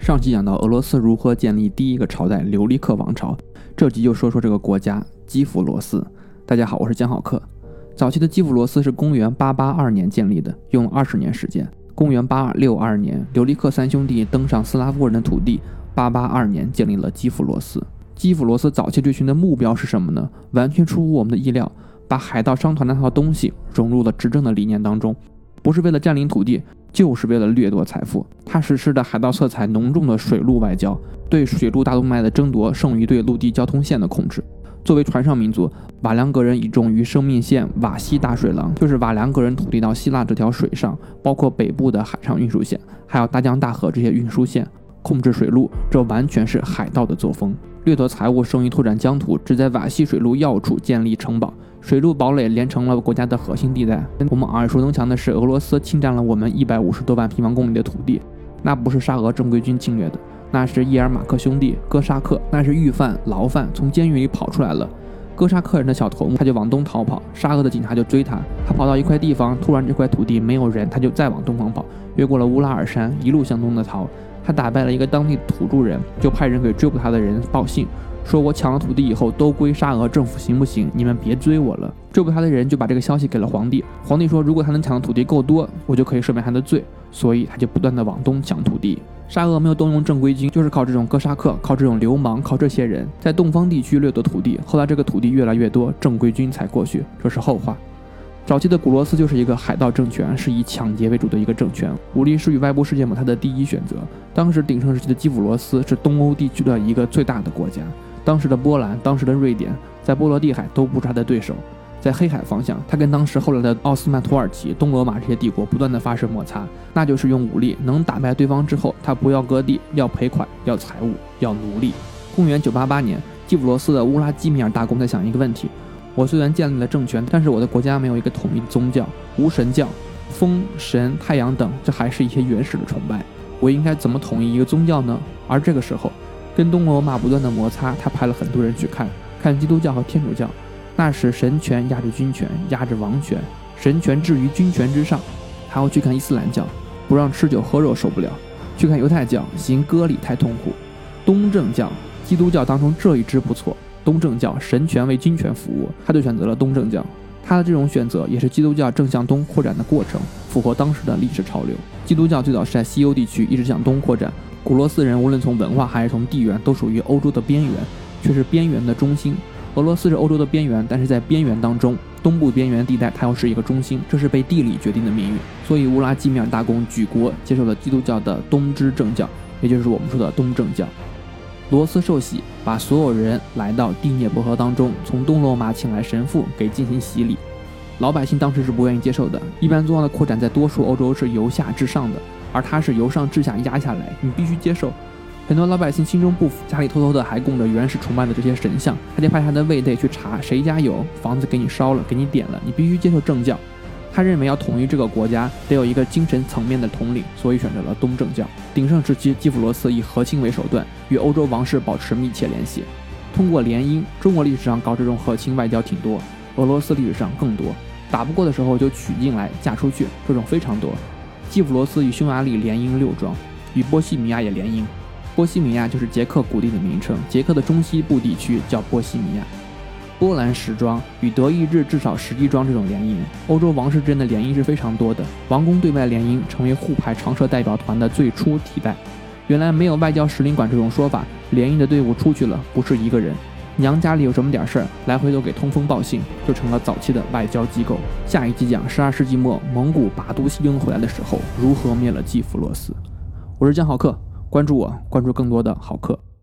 上期讲到俄罗斯如何建立第一个朝代留利克王朝，这集就说说这个国家基辅罗斯。大家好，我是江浩克。早期的基辅罗斯是公元882年建立的，用了20年时间。公元8262年，留利克三兄弟登上斯拉夫人的土地，882年建立了基辅罗斯。基辅罗斯早期追寻的目标是什么呢？完全出乎我们的意料，把海盗商团那套东西融入了执政的理念当中，不是为了占领土地，就是为了掠夺财富。他实施的海盗色彩浓重的水陆外交，对水陆大动脉的争夺胜于对陆地交通线的控制。作为船上民族，瓦良格人倚重于生命线瓦西大水廊，就是瓦良格人土地到希腊这条水上，包括北部的海上运输线，还有大江大河这些运输线，控制水路，这完全是海盗的作风。掠夺财物胜于拓展疆土，只在瓦西水路要处建立城堡，水陆堡垒连成了国家的核心地带。我们耳熟能详的是，俄罗斯侵占了我们150多万平方公里的土地，那不是沙俄正规军侵略的，那是叶尔马克兄弟哥沙克，那是狱犯牢犯从监狱里跑出来了。哥沙克人的小头目他就往东逃跑，沙俄的警察就追他，他跑到一块地方，突然这块土地没有人，他就再往东方跑，越过了乌拉尔山，一路向东的逃。他打败了一个当地土著人，就派人给追捕他的人报信，说我抢了土地以后都归沙俄政府，行不行？你们别追我了。追捕他的人就把这个消息给了皇帝，皇帝说如果他能抢的土地够多，我就可以赦免他的罪，所以他就不断的往东抢土地。沙俄没有动用正规军，就是靠这种哥沙克，靠这种流氓，靠这些人在东方地区掠夺土地。后来这个土地越来越多，正规军才过去，这是后话。早期的古罗斯就是一个海盗政权，是以抢劫为主的一个政权，武力是与外部世界摩擦的第一选择。当时鼎盛时期的基辅罗斯是东欧地区的一个最大的国家，当时的波兰、当时的瑞典在波罗的海都不是他的对手。在黑海方向，他跟当时后来的奥斯曼土耳其、东罗马这些帝国不断的发生摩擦，那就是用武力，能打败对方之后，他不要割地，要赔款，要财物，要奴隶。公元988年，基辅罗斯的乌拉基米尔大公在想一个问题：我虽然建立了政权，但是我的国家没有一个统一的宗教，无神教，风、神、太阳等，这还是一些原始的崇拜。我应该怎么统一一个宗教呢？而这个时候，跟东罗马不断的摩擦，他派了很多人去看基督教和天主教。那时神权压制军权，压制王权，神权置于军权之上。还要去看伊斯兰教，不让吃酒喝肉受不了；去看犹太教，行割礼太痛苦；东正教，基督教当中这一支不错，东正教神权为军权服务，他就选择了东正教。他的这种选择也是基督教正向东扩展的过程，符合当时的历史潮流。基督教最早是在西欧地区一直向东扩展，古罗斯人无论从文化还是从地缘都属于欧洲的边缘，却是边缘的中心。俄罗斯是欧洲的边缘，但是在边缘当中，东部边缘地带它又是一个中心，这是被地理决定的命运。所以乌拉基米尔大公举国接受了基督教的东支正教，也就是我们说的东正教。罗斯受洗，把所有人来到第聂伯河当中，从东罗马请来神父给进行洗礼。老百姓当时是不愿意接受的，一般宗教的扩展在多数欧洲是由下至上的，而它是由上至下压下来，你必须接受。很多老百姓心中不服，家里偷偷的还供着原始崇拜的这些神像，他就派他的卫队去查谁家有房子给你烧了，给你点了，你必须接受正教。他认为要统一这个国家得有一个精神层面的统领，所以选择了东正教。鼎盛时期，基辅罗斯以和亲为手段，与欧洲王室保持密切联系，通过联姻。中国历史上搞这种和亲外交挺多，俄罗斯历史上更多，打不过的时候就娶进来嫁出去，这种非常多。基辅罗斯与匈牙利联姻6桩，与波西米亚也联姻。波西米亚就是捷克谷地的名称，捷克的中西部地区叫波西米亚。波兰10桩，与德意志至少11桩这种联姻。欧洲王室之间的联姻是非常多的，王公对外联姻成为互派常设代表团的最初替代。原来没有外交使领馆这种说法，联姻的队伍出去了，不是一个人，娘家里有什么点事儿，来回都给通风报信，就成了早期的外交机构。下一集讲12世纪末蒙古拔都西征回来的时候，如何灭了基辅罗斯。我是江浩克，关注我，关注更多的好课。